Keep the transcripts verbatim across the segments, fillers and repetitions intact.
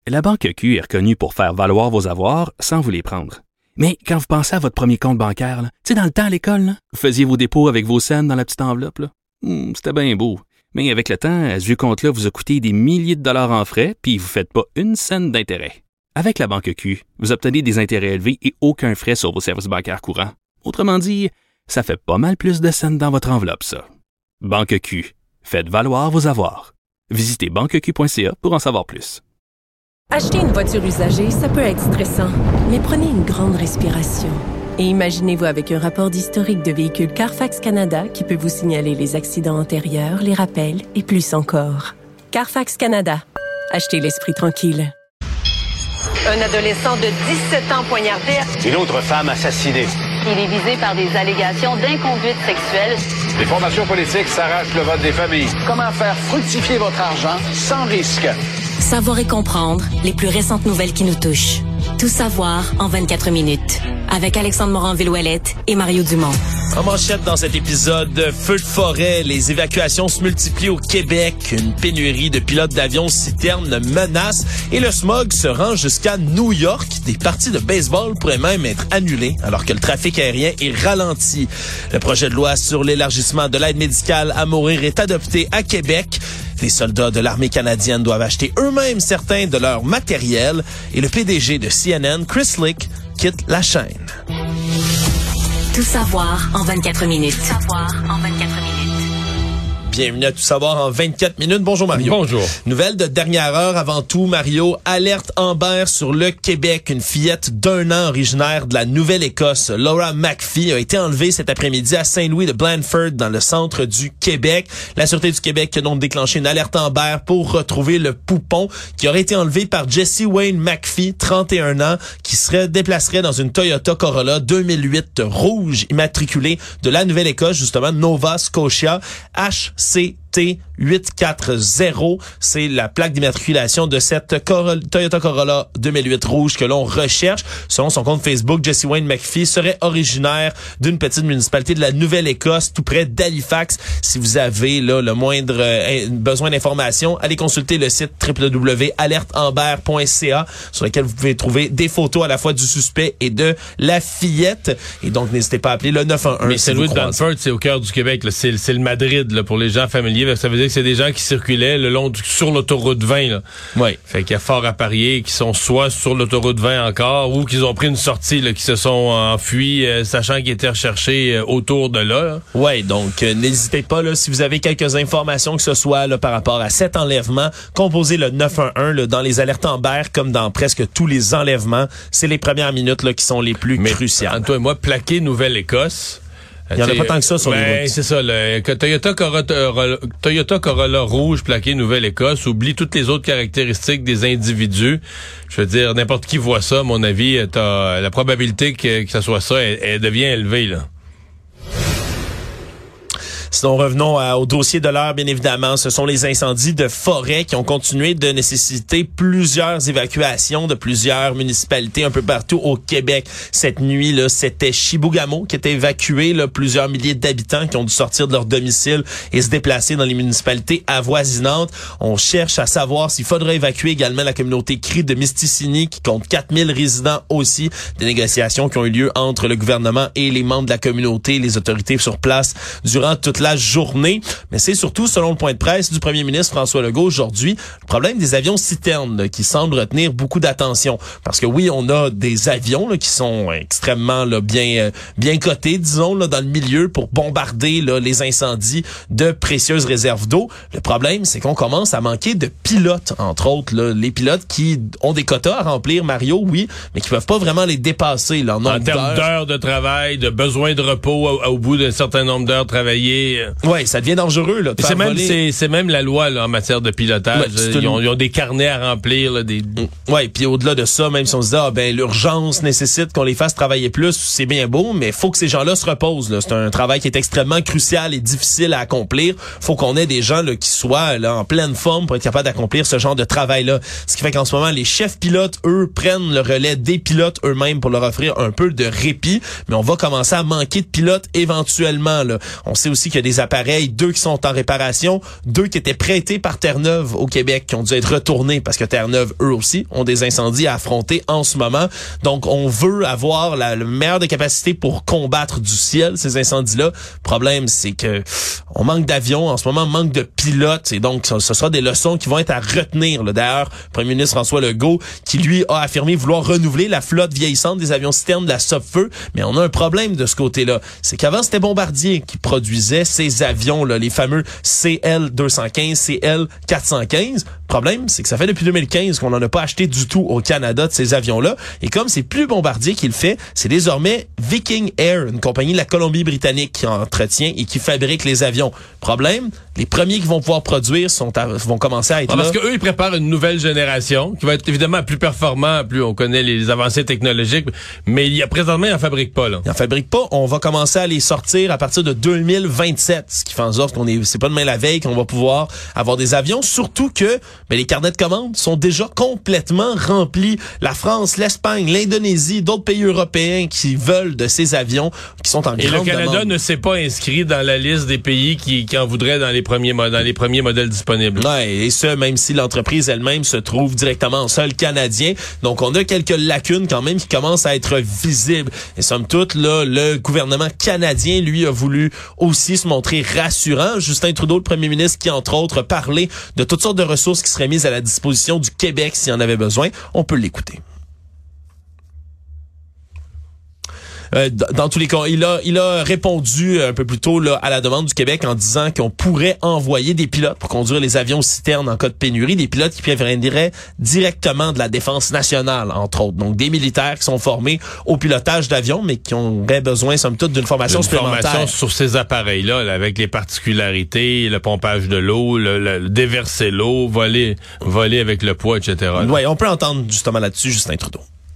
La Banque Q est reconnue pour faire valoir vos avoirs sans vous les prendre. Mais quand vous pensez à votre premier compte bancaire, tu sais, dans le temps à l'école, là, vous faisiez vos dépôts avec vos scènes dans la petite enveloppe. Là. Hum, c'était bien beau. Mais avec le temps, à ce vieux compte-là vous a coûté des milliers de dollars en frais, puis vous ne faites pas une scène d'intérêt. Avec la Banque Q, vous obtenez des intérêts élevés et aucun frais sur vos services bancaires courants. Autrement dit, ça fait pas mal plus de scènes dans votre enveloppe, ça. Banque Q. Faites valoir vos avoirs. Visitez banque q point c a pour en savoir plus. Acheter une voiture usagée, ça peut être stressant, mais prenez une grande respiration. Et imaginez-vous avec un rapport d'historique de véhicule Carfax Canada qui peut vous signaler les accidents antérieurs, les rappels et plus encore. Carfax Canada. Achetez l'esprit tranquille. Un adolescent de dix-sept ans poignardé. Une autre femme assassinée. Il est visé par des allégations d'inconduite sexuelle. Les formations politiques s'arrachent le vote des familles. Comment faire fructifier votre argent sans risque? Savoir et comprendre les plus récentes nouvelles qui nous touchent. Tout savoir en vingt-quatre minutes. Avec Alexandre Morin-Villouellette et Mario Dumont. En manchette dans cet épisode, feu de forêt, les évacuations se multiplient au Québec, une pénurie de pilotes d'avions citernes menace et le smog se rend jusqu'à New York. Des parties de baseball pourraient même être annulées alors que le trafic aérien est ralenti. Le projet de loi sur l'élargissement de l'aide médicale à mourir est adopté à Québec. Les soldats de l'armée canadienne doivent acheter eux-mêmes certains de leur matériel et le P D G de C N N, Chris Lick, quitte la chaîne. Tout savoir en vingt-quatre minutes. Tout savoir en vingt-quatre minutes. Bienvenue à Tout savoir en vingt-quatre minutes. Bonjour Mario. Bonjour. Nouvelle de dernière heure avant tout, Mario. Alerte Amber sur le Québec. Une fillette d'un an originaire de la Nouvelle-Écosse, Laura McPhee, a été enlevée cet après-midi à Saint-Louis de Blandford dans le centre du Québec. La Sûreté du Québec a donc déclenché une alerte Amber pour retrouver le poupon qui aurait été enlevé par Jessie Wayne McPhee, trente et un ans, qui serait déplacerait dans une Toyota Corolla deux mille huit rouge immatriculée de la Nouvelle-Écosse, justement Nova Scotia, H C T huit cent quatre-vingt. C'est la plaque d'immatriculation de cette Corolla, Toyota Corolla deux mille huit rouge que l'on recherche. Selon son compte Facebook, Jessie Wayne McPhee serait originaire d'une petite municipalité de la Nouvelle-Écosse, tout près d'Halifax. Si vous avez là le moindre euh, besoin d'informations, allez consulter le site w w w point alerte amber point c a sur lequel vous pouvez trouver des photos à la fois du suspect et de la fillette. Et donc, n'hésitez pas à appeler le neuf un un. Mais c'est Louis de Blandford, c'est au cœur du Québec. Là. C'est, c'est le Madrid là, pour les gens familiers. Ça veut dire que c'est des gens qui circulaient le long du, sur l'autoroute vingt. Là. Oui. Fait qu'il y a fort à parier qui sont soit sur l'autoroute vingt encore ou qu'ils ont pris une sortie, là, qui se sont enfuis, euh, sachant qu'ils étaient recherchés euh, autour de là. là. Oui, donc euh, n'hésitez pas, là, si vous avez quelques informations que ce soit là, par rapport à cet enlèvement, composez le neuf un un là, dans les alertes Amber comme dans presque tous les enlèvements. C'est les premières minutes là, qui sont les plus Mais, cruciales. Entre toi et moi, plaqué Nouvelle-Écosse. Il y en a pas tant que ça sur ben, les routes. C'est ça. Le Toyota Corolla, Toyota Corolla rouge plaqué Nouvelle-Écosse oublie toutes les autres caractéristiques des individus. Je veux dire, n'importe qui voit ça, à mon avis, t'as, la probabilité que, que ça soit ça, elle, elle devient élevée, là. Sinon, revenons à, au dossier de l'heure, bien évidemment. Ce sont les incendies de forêt qui ont continué de nécessiter plusieurs évacuations de plusieurs municipalités un peu partout au Québec. Cette nuit, là, c'était Chibougamau qui était évacué, là, plusieurs milliers d'habitants qui ont dû sortir de leur domicile et se déplacer dans les municipalités avoisinantes. On cherche à savoir s'il faudrait évacuer également la communauté Cri de Misticini qui compte quatre mille résidents aussi. Des négociations qui ont eu lieu entre le gouvernement et les membres de la communauté, les autorités sur place durant toute la journée. Mais c'est surtout, selon le point de presse du premier ministre François Legault aujourd'hui, le problème des avions citernes là, qui semble retenir beaucoup d'attention. Parce que oui, on a des avions là, qui sont extrêmement là, bien euh, bien cotés, disons, là, dans le milieu pour bombarder là, les incendies de précieuses réserves d'eau. Le problème, c'est qu'on commence à manquer de pilotes, entre autres. Là, les pilotes qui ont des quotas à remplir, Mario, oui, mais qui peuvent pas vraiment les dépasser. Là, en, en termes d'heures de travail, de besoin de repos au, au bout d'un certain nombre d'heures travaillées. Oui, ça devient dangereux. Là, de c'est, même, c'est, c'est même la loi là, en matière de pilotage. Ouais, ils, ont, ils ont des carnets à remplir. Là, des... Oui, puis au-delà de ça, même si on se dit ah, ben l'urgence nécessite qu'on les fasse travailler plus, c'est bien beau, mais il faut que ces gens-là se reposent. Là. C'est un travail qui est extrêmement crucial et difficile à accomplir. Faut qu'on ait des gens là, qui soient là, en pleine forme pour être capables d'accomplir ce genre de travail-là. Ce qui fait qu'en ce moment, les chefs pilotes, eux, prennent le relais des pilotes eux-mêmes pour leur offrir un peu de répit, mais on va commencer à manquer de pilotes éventuellement. Là. On sait aussi que a des appareils, deux qui sont en réparation, deux qui étaient prêtés par Terre-Neuve au Québec, qui ont dû être retournés parce que Terre-Neuve, eux aussi, ont des incendies à affronter en ce moment. Donc, on veut avoir la, le meilleur des capacités pour combattre du ciel ces incendies-là. Le problème, c'est que on manque d'avions, en ce moment, on manque de pilotes, et donc ce, ce sera des leçons qui vont être à retenir. Là. D'ailleurs, le premier ministre François Legault, qui lui a affirmé vouloir renouveler la flotte vieillissante des avions citernes de la Sopfeu, mais on a un problème de ce côté-là. C'est qu'avant, c'était Bombardier qui produisait ces avions-là, les fameux C L deux cent quinze, C L quatre cent quinze. Le problème, c'est que ça fait depuis deux mille quinze qu'on n'en a pas acheté du tout au Canada de ces avions-là. Et comme c'est plus Bombardier qui le fait, c'est désormais Viking Air, une compagnie de la Colombie-Britannique qui entretient et qui fabrique les avions. Problème, les premiers qui vont pouvoir produire sont à, vont commencer à être ah, là. Parce qu'eux, ils préparent une nouvelle génération qui va être évidemment plus performant, plus on connaît les avancées technologiques, mais il y a présentement, ils n'en fabriquent pas, là. Ils n'en fabriquent pas. On va commencer à les sortir à partir de deux mille vingt-sept, ce qui fait en sorte qu'on est, c'est pas demain la veille qu'on va pouvoir avoir des avions, surtout que, ben, les carnets de commandes sont déjà complètement remplis. La France, l'Espagne, l'Indonésie, d'autres pays européens qui veulent de ces avions, qui sont en grande demande. Et le Canada ne s'est pas inscrit dans la liste des pays qui, qui en voudraient dans les premiers, dans les premiers modèles disponibles. Ouais, et ce, même si l'entreprise elle-même se trouve directement en sol canadien. Donc, on a quelques lacunes quand même qui commencent à être visibles. Et somme toute, là, le gouvernement canadien, lui, a voulu aussi se montrer rassurant. Justin Trudeau, le premier ministre, qui, entre autres, parlait de toutes sortes de ressources qui seraient mises à la disposition du Québec s'il y en avait besoin. On peut l'écouter. Euh, dans tous les cas, il a, il a répondu un peu plus tôt là, à la demande du Québec en disant qu'on pourrait envoyer des pilotes pour conduire les avions citernes en cas de pénurie, des pilotes qui viendraient directement de la Défense nationale, entre autres. Donc, des militaires qui sont formés au pilotage d'avions, mais qui auraient besoin, somme toute, d'une formation une supplémentaire. Formation sur ces appareils-là, là, avec les particularités, le pompage de l'eau, le, le déverser l'eau, voler, voler avec le poids, et cetera. Oui, on peut entendre justement là-dessus Justin Trudeau.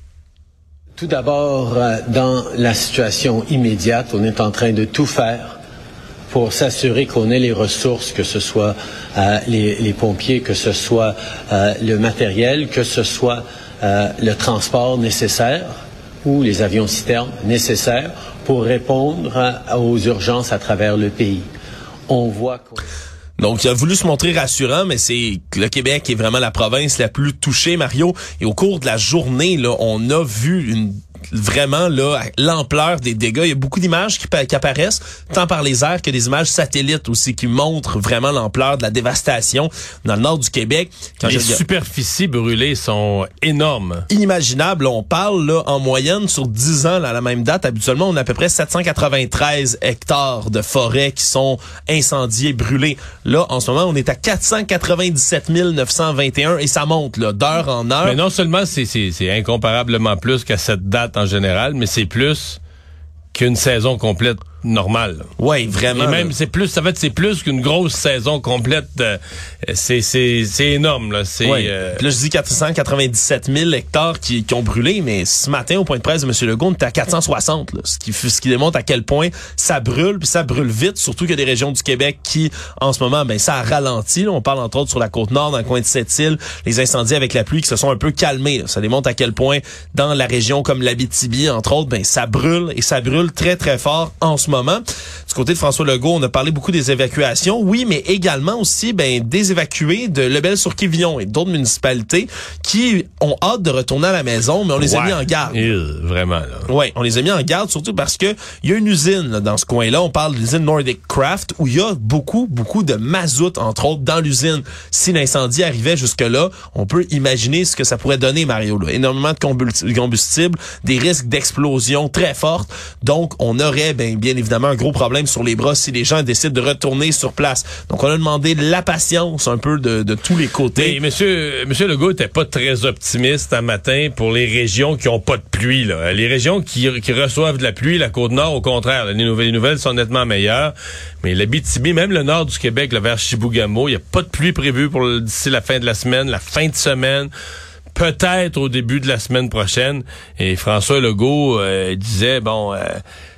Tout d'abord, dans la situation immédiate, on est en train de tout faire pour s'assurer qu'on ait les ressources, que ce soit euh, les, les pompiers, que ce soit euh, le matériel, que ce soit euh, le transport nécessaire ou les avions citernes nécessaires pour répondre à, aux urgences à travers le pays. On voit qu'on... Donc, il a voulu se montrer rassurant, mais c'est le Québec est vraiment la province la plus touchée, Mario. Et au cours de la journée, là, on a vu une vraiment là l'ampleur des dégâts. Il y a beaucoup d'images qui, qui apparaissent, tant par les airs que des images satellites aussi, qui montrent vraiment l'ampleur de la dévastation dans le nord du Québec. Quand les je... superficies brûlées sont énormes. Inimaginable. On parle là en moyenne sur dix ans, là, à la même date. Habituellement, on a à peu près sept cent quatre-vingt-treize hectares de forêts qui sont incendiés, brûlés. Là, en ce moment, on est à quatre cent quatre-vingt-dix-sept mille neuf cent vingt et un et ça monte là, d'heure en heure. Mais non seulement c'est, c'est, c'est incomparablement plus qu'à cette date en général, mais c'est plus qu'une saison complète normale. Oui, vraiment. Et même, c'est plus, ça fait, c'est plus qu'une grosse saison complète. De, c'est, c'est, c'est énorme, là. C'est, oui. euh... Puis là, je dis quatre cent quatre-vingt-dix-sept mille hectares qui, qui ont brûlé, mais ce matin, au point de presse de M. Legault, on était à quatre cent soixante, là. Ce qui, ce qui démontre à quel point ça brûle, puis ça brûle vite, surtout qu'il y a des régions du Québec qui, en ce moment, ben, ça a ralenti, là. On parle, entre autres, sur la Côte-Nord, dans le coin de Sept-Îles, les incendies avec la pluie qui se sont un peu calmés, là. Ça démontre à quel point, dans la région comme l'Abitibi, entre autres, ben, ça brûle, et ça brûle très, très fort en ce moment. Du côté de François Legault, on a parlé beaucoup des évacuations, oui, mais également aussi ben, des évacués de Lebel-sur-Quivillon et d'autres municipalités qui ont hâte de retourner à la maison, mais on les ouais. a mis en garde. Euh, vraiment, là. Oui, on les a mis en garde, surtout parce que il y a une usine là, dans ce coin-là, on parle de l'usine Nordic Craft, où il y a beaucoup, beaucoup de mazout, entre autres, dans l'usine. Si l'incendie arrivait jusque-là, on peut imaginer ce que ça pourrait donner, Mario. Là. Énormément de combustible, des risques d'explosion très fortes, donc on aurait ben, bien évidemment un gros problème sur les bras si les gens décident de retourner sur place. Donc, on a demandé de la patience un peu de, de tous les côtés. Mais monsieur, monsieur Legault était pas très optimiste un matin pour les régions qui ont pas de pluie, là. Les régions qui, qui reçoivent de la pluie, la Côte-Nord, au contraire, là, les nouvelles, les nouvelles sont nettement meilleures. Mais l'Abitibi, même le nord du Québec, là, vers Chibougamau, il y a pas de pluie prévue pour le, d'ici la fin de la semaine, la fin de semaine. Peut-être au début de la semaine prochaine. Et François Legault euh, disait, bon... Euh,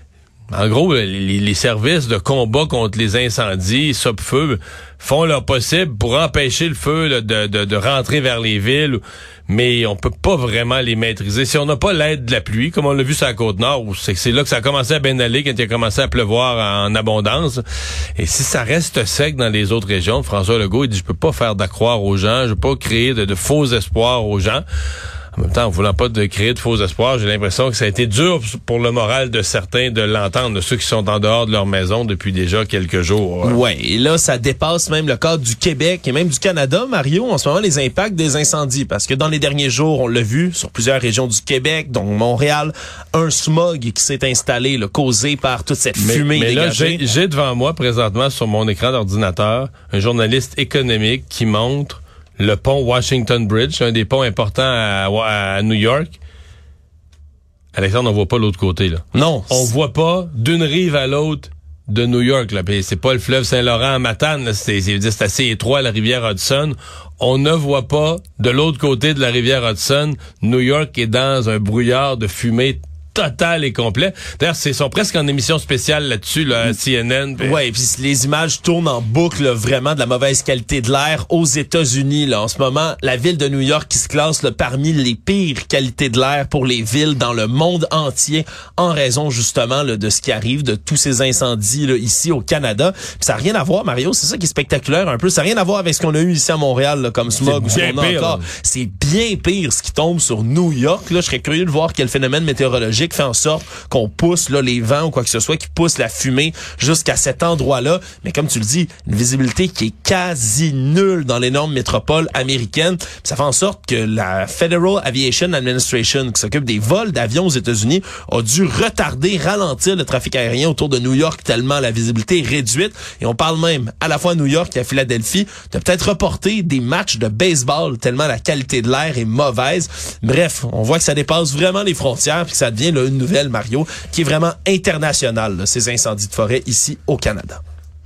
En gros, les, les services de combat contre les incendies, S O P Feu, font leur possible pour empêcher le feu là, de, de, de rentrer vers les villes, mais on peut pas vraiment les maîtriser. Si on n'a pas l'aide de la pluie, comme on l'a vu sur la Côte-Nord, où c'est, c'est là que ça a commencé à bien aller, quand il a commencé à pleuvoir en abondance. Et si ça reste sec dans les autres régions, François Legault, il dit, je peux pas faire d'accroire aux gens, je peux pas créer de, de faux espoirs aux gens. En même temps, en voulant pas de créer de faux espoirs, j'ai l'impression que ça a été dur pour le moral de certains de l'entendre, de ceux qui sont en dehors de leur maison depuis déjà quelques jours. Hein. Ouais, et là, ça dépasse même le cadre du Québec et même du Canada, Mario, en ce moment, les impacts des incendies. Parce que dans les derniers jours, on l'a vu, sur plusieurs régions du Québec, dont Montréal, un smog qui s'est installé, là, causé par toute cette mais, fumée mais dégagée. Là, j'ai, j'ai devant moi, présentement, sur mon écran d'ordinateur, un journaliste économique qui montre le pont Washington Bridge, un des ponts importants à, à New York. Alexandre, on voit pas l'autre côté, là. Non. On voit pas d'une rive à l'autre de New York, là. Puis c'est pas le fleuve Saint-Laurent à Matane, là. C'est, c'est, c'est assez étroit, la rivière Hudson. On ne voit pas de l'autre côté de la rivière Hudson. New York est dans un brouillard de fumée total et complet. D'ailleurs, ils sont presque en émission spéciale là-dessus, là, à C N N. Pis... Ouais, puis les images tournent en boucle, là, vraiment de la mauvaise qualité de l'air aux États-Unis. Là, en ce moment, la ville de New York qui se classe là, parmi les pires qualités de l'air pour les villes dans le monde entier, en raison justement là, de ce qui arrive, de tous ces incendies là, ici au Canada. Puis ça n'a rien à voir, Mario, c'est ça qui est spectaculaire un peu. Ça n'a rien à voir avec ce qu'on a eu ici à Montréal, là, comme smog ou ce qu'on a pire, encore. Là. C'est bien pire ce qui tombe sur New York. Là, je serais curieux de voir quel phénomène météorologique fait en sorte qu'on pousse là, les vents ou quoi que ce soit, qui pousse la fumée jusqu'à cet endroit-là. Mais comme tu le dis, une visibilité qui est quasi nulle dans l'énorme métropole américaine. Puis ça fait en sorte que la Federal Aviation Administration, qui s'occupe des vols d'avions aux États-Unis, a dû retarder, ralentir le trafic aérien autour de New York tellement la visibilité est réduite. Et on parle même à la fois à New York et à Philadelphie de peut-être reporter des matchs de baseball tellement la qualité de l'air est mauvaise. Bref, on voit que ça dépasse vraiment les frontières puis que ça devient là, une nouvelle, Mario, qui est vraiment internationale, là, ces incendies de forêt ici au Canada.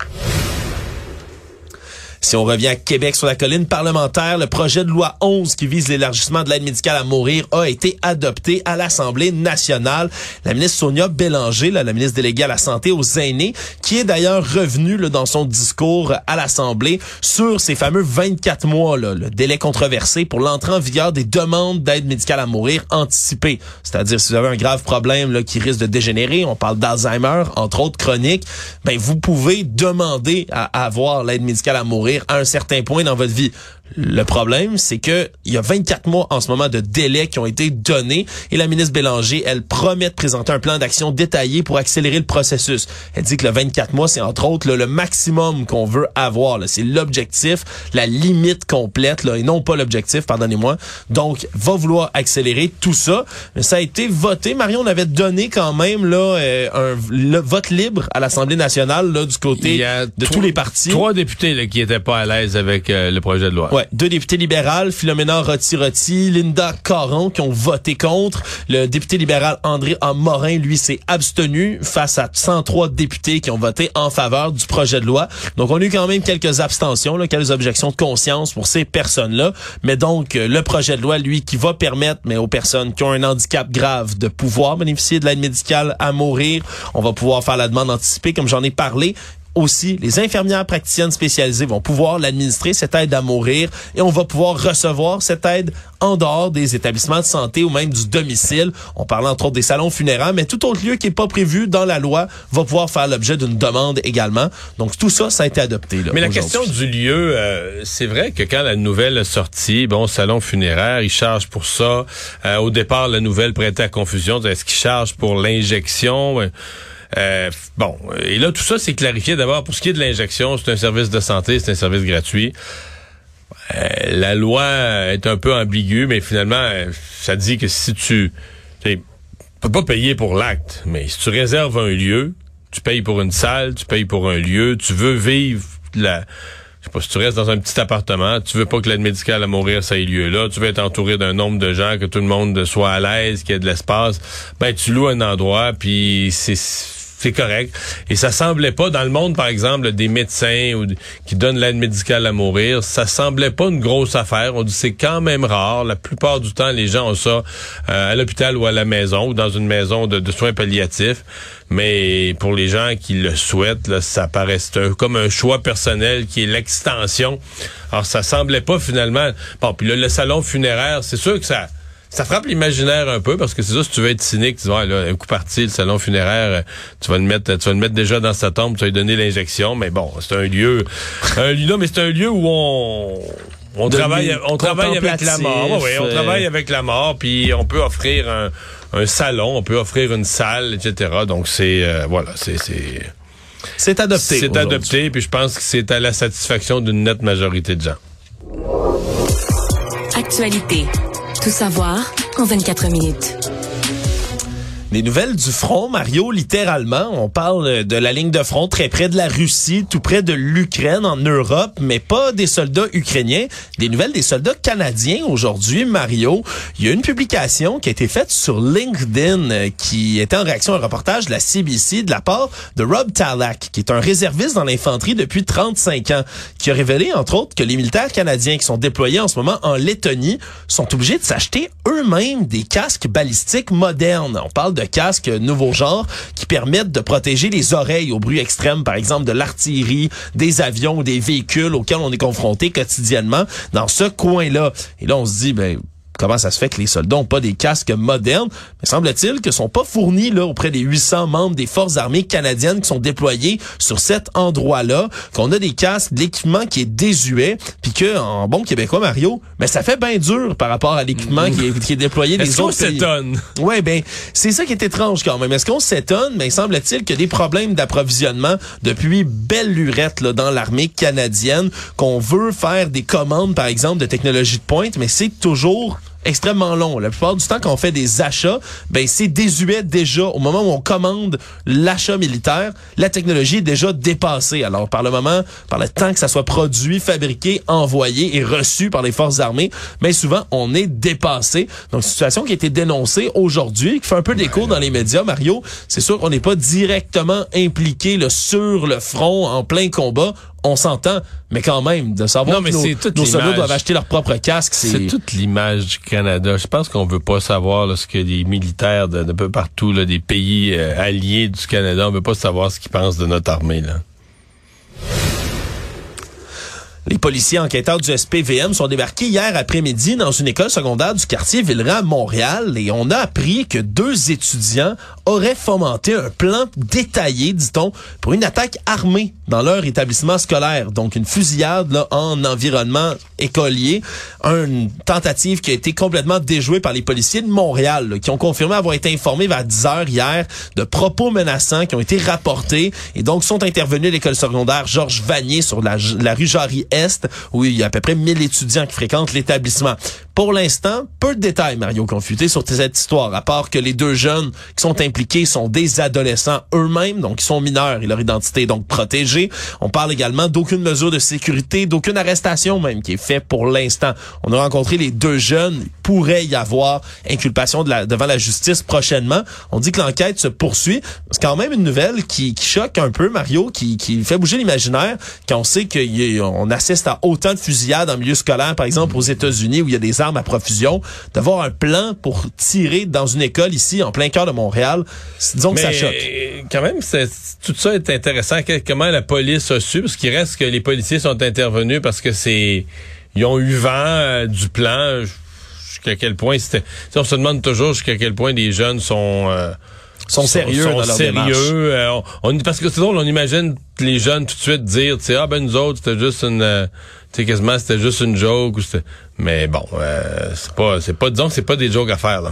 Si on revient à Québec sur la colline parlementaire, le projet de loi onze qui vise l'élargissement de l'aide médicale à mourir a été adopté à l'Assemblée nationale. La ministre Sonia Bélanger, là, la ministre déléguée à la santé aux aînés, qui est d'ailleurs revenue là, dans son discours à l'Assemblée sur ces fameux vingt-quatre mois, là, le délai controversé pour l'entrée en vigueur des demandes d'aide médicale à mourir anticipée. C'est-à-dire si vous avez un grave problème là, qui risque de dégénérer, on parle d'Alzheimer, entre autres chronique, ben vous pouvez demander à avoir l'aide médicale à mourir à un certain point dans votre vie. Le problème, c'est que il y a vingt-quatre mois en ce moment de délais qui ont été donnés et la ministre Bélanger, elle promet de présenter un plan d'action détaillé pour accélérer le processus. Elle dit que le vingt-quatre mois, c'est entre autres là, le maximum qu'on veut avoir. Là. C'est l'objectif, la limite complète, là, et non pas l'objectif, pardonnez-moi. Donc, va vouloir accélérer tout ça. Mais ça a été voté. Marion, on avait donné quand même là euh, un le vote libre à l'Assemblée nationale là, du côté de tous les partis. Trois députés là, qui étaient pas à l'aise avec euh, le projet de loi. Ouais. Deux députés libérales, Philomena Roti-Roti, Linda Caron, qui ont voté contre. Le député libéral André A. Morin, lui, s'est abstenu face à cent trois députés qui ont voté en faveur du projet de loi. Donc, on a eu quand même quelques abstentions, là, quelques objections de conscience pour ces personnes-là. Mais donc, le projet de loi, lui, qui va permettre, mais aux personnes qui ont un handicap grave, de pouvoir bénéficier de l'aide médicale à mourir. On va pouvoir faire la demande anticipée, comme j'en ai parlé. Aussi, les infirmières praticiennes spécialisées vont pouvoir l'administrer, cette aide à mourir, et on va pouvoir recevoir cette aide en dehors des établissements de santé ou même du domicile. On parle entre autres des salons funéraires, mais tout autre lieu qui n'est pas prévu dans la loi va pouvoir faire l'objet d'une demande également. Donc tout ça, ça a été adopté. Là, mais la question du lieu, euh, c'est vrai que quand la nouvelle est sortie, bon, salon funéraire, ils chargent pour ça. Euh, au départ, la nouvelle prêtait à confusion. Est-ce qu'ils chargent pour l'injection? Euh, bon, et là, tout ça, c'est clarifié. D'abord, pour ce qui est de l'injection, c'est un service de santé, c'est un service gratuit. Euh, la loi est un peu ambiguë, mais finalement, ça dit que si tu... Tu peux pas payer pour l'acte, mais si tu réserves un lieu, tu payes pour une salle, tu payes pour un lieu, tu veux vivre la... Je sais pas, si tu restes dans un petit appartement, tu veux pas que l'aide médicale à mourir, ça ait lieu là, tu veux être entouré d'un nombre de gens, que tout le monde soit à l'aise, qu'il y ait de l'espace, ben tu loues un endroit, puis c'est... c'est correct. Et ça semblait pas, dans le monde, par exemple, des médecins ou qui donnent l'aide médicale à mourir, ça semblait pas une grosse affaire. On dit c'est quand même rare. La plupart du temps, les gens ont ça euh, à l'hôpital ou à la maison ou dans une maison de, de soins palliatifs. Mais pour les gens qui le souhaitent, là, ça paraît c'est un, comme un choix personnel qui est l'extension. Alors, ça semblait pas finalement... Bon, puis là, le salon funéraire, c'est sûr que ça... Ça frappe l'imaginaire un peu parce que c'est ça, si tu veux être cynique, tu dis, ouais, là, un coup parti, le salon funéraire, tu vas le mettre, tu vas le mettre déjà dans sa tombe, tu vas lui donner l'injection, mais bon, c'est un lieu, un lieu, non, mais c'est un lieu où on, on de travaille, on travaille avec la mort, ouais, ouais, on euh... travaille avec la mort, puis on peut offrir un, un salon, on peut offrir une salle, et cetera. Donc c'est, euh, voilà, c'est, c'est, c'est adopté. C'est adopté, puis je pense que c'est à la satisfaction d'une nette majorité de gens. Actualité. Tout savoir en vingt-quatre minutes. Les nouvelles du front, Mario, littéralement, on parle de la ligne de front très près de la Russie, tout près de l'Ukraine en Europe, mais pas des soldats ukrainiens, des nouvelles des soldats canadiens aujourd'hui, Mario. Il y a une publication qui a été faite sur LinkedIn qui était en réaction à un reportage de la C B C de la part de Rob Talak, qui est un réserviste dans l'infanterie depuis trente-cinq ans, qui a révélé, entre autres, que les militaires canadiens qui sont déployés en ce moment en Lettonie sont obligés de s'acheter eux-mêmes des casques balistiques modernes. On parle de casques nouveau genre qui permettent de protéger les oreilles au bruit extrême, par exemple de l'artillerie, des avions ou des véhicules auxquels on est confronté quotidiennement dans ce coin-là. Et là, on se dit, ben, comment ça se fait que les soldats n'ont pas des casques modernes? Mais semble-t-il que sont pas fournis là auprès des huit cents membres des forces armées canadiennes qui sont déployés sur cet endroit-là, qu'on a des casques, de l'équipement qui est désuet, puis que en bon québécois, Mario, ben ça fait bien dur par rapport à l'équipement qui est, qui est déployé des autres pays. Est-ce qu'on s'étonne? Ouais, ben c'est ça qui est étrange quand même. Est-ce qu'on s'étonne? Ben semble-t-il que des problèmes d'approvisionnement depuis belle lurette là dans l'armée canadienne, qu'on veut faire des commandes par exemple de technologie de pointe, mais c'est toujours extrêmement long. La plupart du temps, quand on fait des achats, ben c'est désuet déjà. Au moment où on commande l'achat militaire, la technologie est déjà dépassée. Alors, par le moment, par le temps que ça soit produit, fabriqué, envoyé et reçu par les forces armées, ben souvent, on est dépassé. Donc, situation qui a été dénoncée aujourd'hui, qui fait un peu d'écho dans les médias, Mario. C'est sûr qu'on n'est pas directement impliqué là, sur le front, en plein combat. On s'entend, mais quand même, de savoir non, mais que nos, c'est toute nos soldats l'image. doivent acheter leur propre casque, c'est... C'est toute l'image du Canada. Je pense qu'on veut pas savoir là, ce que les militaires de, de peu partout, là, des pays euh, alliés du Canada, on veut pas savoir ce qu'ils pensent de notre armée, là. Les policiers enquêteurs du S P V M sont débarqués hier après-midi dans une école secondaire du quartier Villeray à Montréal et on a appris que deux étudiants auraient fomenté un plan détaillé, dit-on, pour une attaque armée dans leur établissement scolaire. Donc une fusillade là, en environnement écolier, une tentative qui a été complètement déjouée par les policiers de Montréal, là, qui ont confirmé avoir été informés vers dix heures hier de propos menaçants qui ont été rapportés et donc sont intervenus à l'école secondaire Georges Vanier sur la, la rue Jarry-Est, où il y a à peu près mille étudiants qui fréquentent l'établissement. Pour l'instant, peu de détails, Mario, confutés sur cette histoire, à part que les deux jeunes qui sont impliqués sont des adolescents eux-mêmes, donc ils sont mineurs et leur identité est donc protégée. On parle également d'aucune mesure de sécurité, d'aucune arrestation même qui est faite pour l'instant. On a rencontré les deux jeunes, il pourrait y avoir inculpation de la, devant la justice prochainement. On dit que l'enquête se poursuit. C'est quand même une nouvelle qui, qui choque un peu, Mario, qui, qui fait bouger l'imaginaire, quand on sait qu'on assiste à autant de fusillades en milieu scolaire, par exemple aux États-Unis, où il y a des armes à profusion, d'avoir un plan pour tirer dans une école ici, en plein cœur de Montréal, disons que mais ça choque. Quand même, c'est, tout ça est intéressant. Comment la police a su, parce qu'il reste que les policiers sont intervenus parce que c'est, ils ont eu vent euh, du plan. Jusqu'à quel point c'était, on se demande toujours jusqu'à quel point les jeunes sont euh, sont sérieux sont, sont dans leur sérieux. démarche. Euh, on, on, parce que c'est drôle, on imagine les jeunes tout de suite dire, tu sais, ah ben nous autres c'était juste une, euh, tu sais quasiment c'était juste une joke, ou c'était, mais bon, euh, c'est pas, c'est pas, disons que c'est pas des jokes à faire là.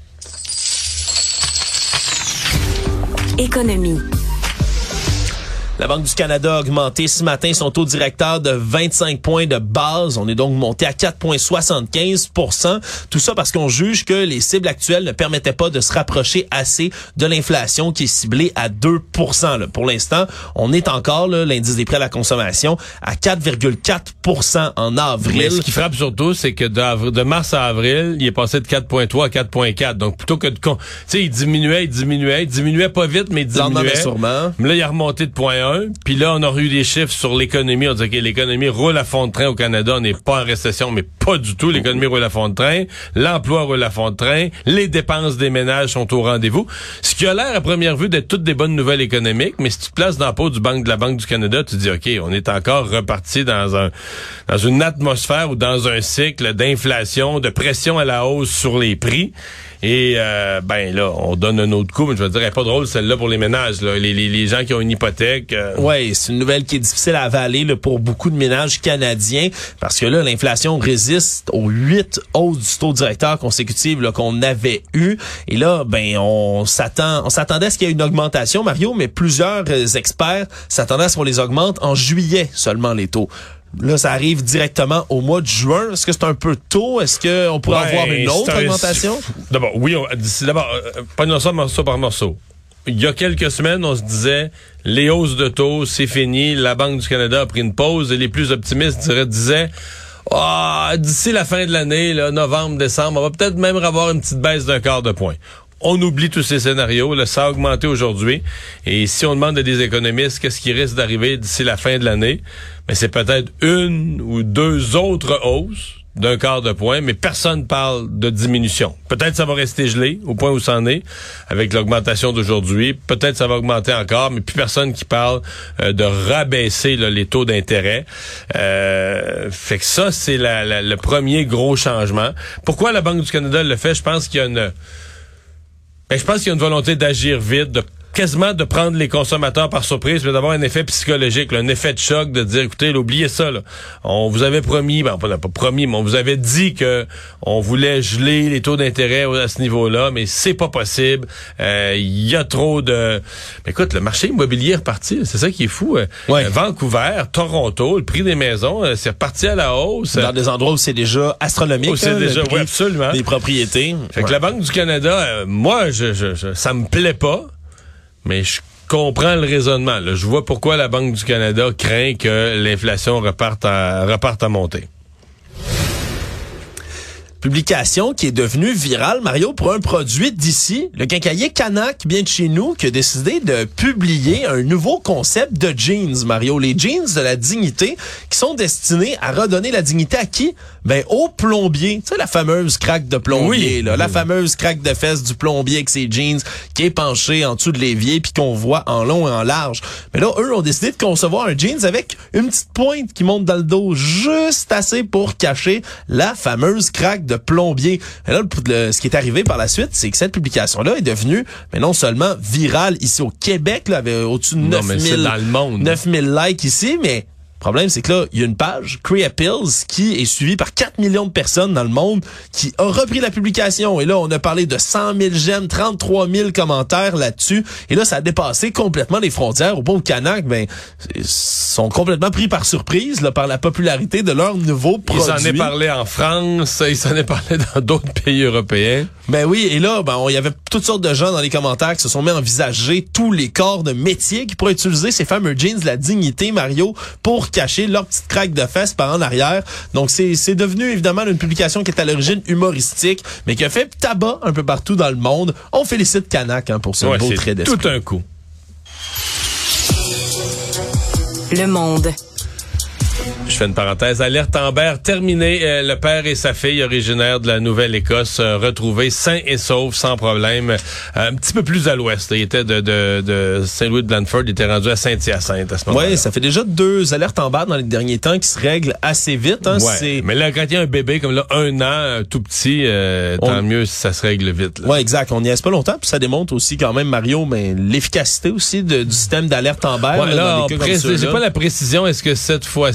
Économie. La Banque du Canada a augmenté ce matin son taux directeur de vingt-cinq points de base. On est donc monté à quatre virgule soixante-quinze pour cent. Tout ça parce qu'on juge que les cibles actuelles ne permettaient pas de se rapprocher assez de l'inflation qui est ciblée à deux pour cent. Là. Pour l'instant, on est encore, là, l'indice des prix à la consommation, à quatre virgule quatre pour cent en avril. Mais ce qui frappe surtout, c'est que de, de mars à avril, il est passé de quatre virgule trois à quatre virgule quatre. Donc plutôt que de... Tu sais, il diminuait, il diminuait, il diminuait pas vite, mais il diminuait. Mais sûrement. Mais là, il a remonté de zéro virgule un. Puis là, on a eu des chiffres sur l'économie. On dit que l'économie roule à fond de train au Canada. On n'est pas en récession, mais pas du tout. L'économie roule à fond de train. L'emploi roule à fond de train. Les dépenses des ménages sont au rendez-vous. Ce qui a l'air, à première vue, d'être toutes des bonnes nouvelles économiques. Mais si tu te places dans la peau du banque, de la Banque du Canada, tu te dis, OK, on est encore reparti dans un dans une atmosphère ou dans un cycle d'inflation, de pression à la hausse sur les prix. Et euh, ben là, on donne un autre coup, mais je veux dire, elle est pas drôle celle-là pour les ménages, là. Les, les, les gens qui ont une hypothèque. Euh... Oui, c'est une nouvelle qui est difficile à avaler là, pour beaucoup de ménages canadiens, parce que là, l'inflation résiste aux huit hausses du taux directeur consécutives là, qu'on avait eu. Et là, ben on s'attend, on s'attendait à ce qu'il y ait une augmentation, Mario, mais plusieurs euh, experts s'attendaient à ce qu'on les augmente en juillet seulement les taux. Là, ça arrive directement au mois de juin. Est-ce que c'est un peu tôt? Est-ce qu'on pourrait ouais, avoir une autre un... augmentation? D'abord, oui. On, d'abord, euh, prenons ça morceau par morceau. Il y a quelques semaines, on se disait, les hausses de taux, c'est fini. La Banque du Canada a pris une pause et les plus optimistes diraient, disaient, ah, oh, d'ici la fin de l'année, là, novembre, décembre, on va peut-être même avoir une petite baisse d'un quart de point. On oublie tous ces scénarios. Là, ça a augmenté aujourd'hui. Et si on demande à des économistes qu'est-ce qui risque d'arriver d'ici la fin de l'année, ben c'est peut-être une ou deux autres hausses d'un quart de point, mais personne parle de diminution. Peut-être ça va rester gelé au point où ça en est avec l'augmentation d'aujourd'hui. Peut-être ça va augmenter encore, mais plus personne qui parle euh, de rabaisser là, les taux d'intérêt. Euh, fait que ça, c'est la, la, le premier gros changement. Pourquoi la Banque du Canada le fait? Je pense qu'il y a une... Ben, je pense qu'il y a une volonté d'agir vite, de quasiment de prendre les consommateurs par surprise, mais d'avoir un effet psychologique, là, un effet de choc, de dire, écoutez, là, oubliez ça, là. On vous avait promis, ben, on n'a pas promis, mais on vous avait dit que on voulait geler les taux d'intérêt à ce niveau-là, mais c'est pas possible. Il euh, y a trop de... Ben, écoute, le marché immobilier est reparti, c'est ça qui est fou. Ouais. Euh, Vancouver, Toronto, le prix des maisons, euh, c'est reparti à la hausse. Dans des endroits où c'est déjà astronomique. Où c'est hein, déjà, oui, absolument. Des propriétés. Fait ouais. que la Banque du Canada, euh, moi, je, je, je, ça me plaît pas. Mais je comprends le raisonnement. Là. Je vois pourquoi la Banque du Canada craint que l'inflation reparte à, reparte à monter. Publication qui est devenue virale, Mario, pour un produit d'ici, le quincaillier Canac, bien de chez nous, qui a décidé de publier un nouveau concept de jeans, Mario. Les jeans de la dignité qui sont destinés à redonner la dignité à qui? Ben, au plombier. Tu sais, la fameuse craque de plombier, oui. là, la fameuse craque de fesses du plombier avec ses jeans qui est penché en dessous de l'évier puis qu'on voit en long et en large. Mais là, eux ont décidé de concevoir un jeans avec une petite pointe qui monte dans le dos, juste assez pour cacher la fameuse craque de plombier. Et là, le, ce qui est arrivé par la suite, c'est que cette publication-là est devenue, mais non seulement virale ici au Québec, là, avait au-dessus de neuf mille likes ici, mais le problème, c'est que là, il y a une page, Creapills, qui est suivie par quatre millions de personnes dans le monde, qui a repris la publication. Et là, on a parlé de cent mille j'aime, trente-trois mille commentaires là-dessus. Et là, ça a dépassé complètement les frontières. Au point où Canac, ben, sont complètement pris par surprise, là, par la popularité de leur nouveau produit. Il s'en est parlé en France, il s'en est parlé dans d'autres pays européens. Ben oui, et là, ben, il y avait toutes sortes de gens dans les commentaires qui se sont mis à envisager tous les corps de métier qui pourraient utiliser ces fameux jeans de la dignité, Mario, pour cacher leur petite craque de fesses par en arrière. Donc, c'est, c'est devenu évidemment une publication qui est à l'origine humoristique, mais qui a fait tabac un peu partout dans le monde. On félicite Canac hein, pour ce ouais, beau trait d'esprit. Tout un coup. Le Monde. Je fais une parenthèse. Alerte Amber terminée. Euh, le père et sa fille, originaires de la Nouvelle-Écosse, euh, retrouvés sains et saufs, sans problème. Euh, un petit peu plus à l'ouest. Ils étaient de, de, de Saint-Louis-de-Blandford. Ils étaient rendus à Saint-Hyacinthe à ce moment-là. Oui, ça fait déjà deux alertes Amber dans les derniers temps qui se règlent assez vite. Hein, ouais, c'est... Mais là, quand il y a un bébé comme là, un an, tout petit, euh, tant On... mieux si ça se règle vite. Oui, exact. On n'y reste pas longtemps. Puis ça démontre aussi quand même, Mario, mais l'efficacité aussi de, du système d'alerte Amber. Ouais, là, là, dans les cas pré- comme ça, j'ai là. pas la précision. Est-ce que cette fois-ci, là,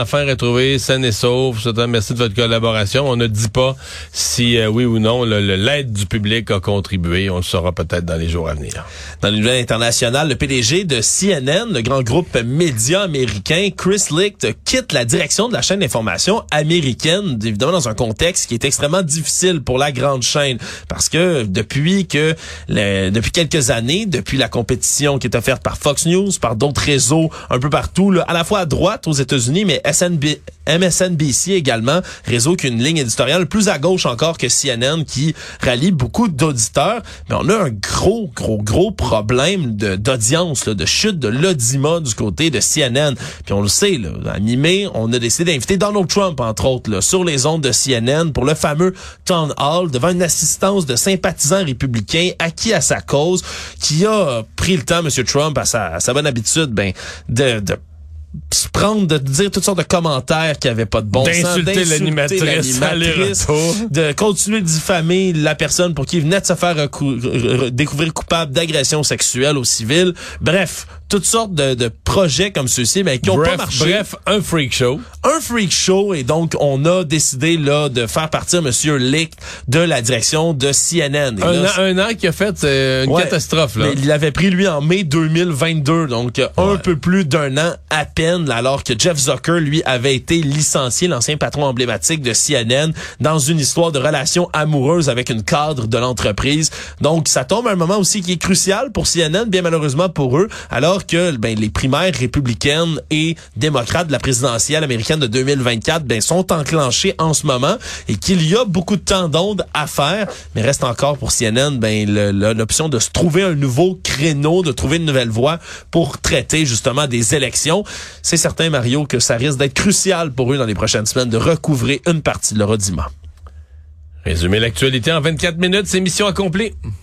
enfin retrouvée saine et sauve. Merci de votre collaboration. On ne dit pas si, euh, oui ou non, le, le, l'aide du public a contribué. On le saura peut-être dans les jours à venir. Dans les nouvelles internationales, le P D G de C N N, le grand groupe média américain, Chris Licht, quitte la direction de la chaîne d'information américaine, évidemment dans un contexte qui est extrêmement difficile pour la grande chaîne. Parce que depuis que le, depuis quelques années, depuis la compétition qui est offerte par Fox News, par d'autres réseaux un peu partout, là, à la fois à droite aux États-Unis, mais S N B, M S N B C également, réseau qui a une ligne éditoriale plus à gauche encore que C N N qui rallie beaucoup d'auditeurs. Mais on a un gros, gros, gros problème de, d'audience, là, de chute de l'audimat du côté de C N N. Puis on le sait, là, à mi-mai, on a décidé d'inviter Donald Trump, entre autres, là, sur les ondes de C N N pour le fameux Town Hall devant une assistance de sympathisants républicains acquis à sa cause, qui a pris le temps, M. Trump, à sa, à sa bonne habitude, ben, de, de se prendre, de dire toutes sortes de commentaires qui avaient pas de bon d'insulter sens, d'insulter l'animatrice, l'animatrice de continuer de diffamer la personne pour qui il venait de se faire recou- re- découvrir coupable d'agression sexuelle aux civils. Bref, toutes sortes de, de projets comme ceux-ci, mais qui ont bref, pas marché. Bref, un freak show. Un freak show, et donc on a décidé là de faire partir Monsieur Licht de la direction de C N N. Et Un, là, an, un an qui a fait c'est une ouais, catastrophe là. Mais il l'avait pris lui en mai deux mille vingt-deux, donc ouais. un peu plus d'un an à peine, alors que Jeff Zucker lui avait été licencié, l'ancien patron emblématique de C N N, dans une histoire de relation amoureuse avec une cadre de l'entreprise. Donc ça tombe à un moment aussi qui est crucial pour C N N, bien malheureusement pour eux, alors que ben les primaires républicaines et démocrates de la présidentielle américaine de deux mille vingt-quatre ben sont enclenchées en ce moment et qu'il y a beaucoup de temps d'onde à faire, mais reste encore pour C N N ben le, le, l'option de se trouver un nouveau créneau, de trouver une nouvelle voie pour traiter justement des élections. C'est certain, Mario, que ça risque d'être crucial pour eux dans les prochaines semaines de recouvrer une partie de leur audimat. Résumer l'actualité en vingt-quatre minutes, c'est mission accomplie.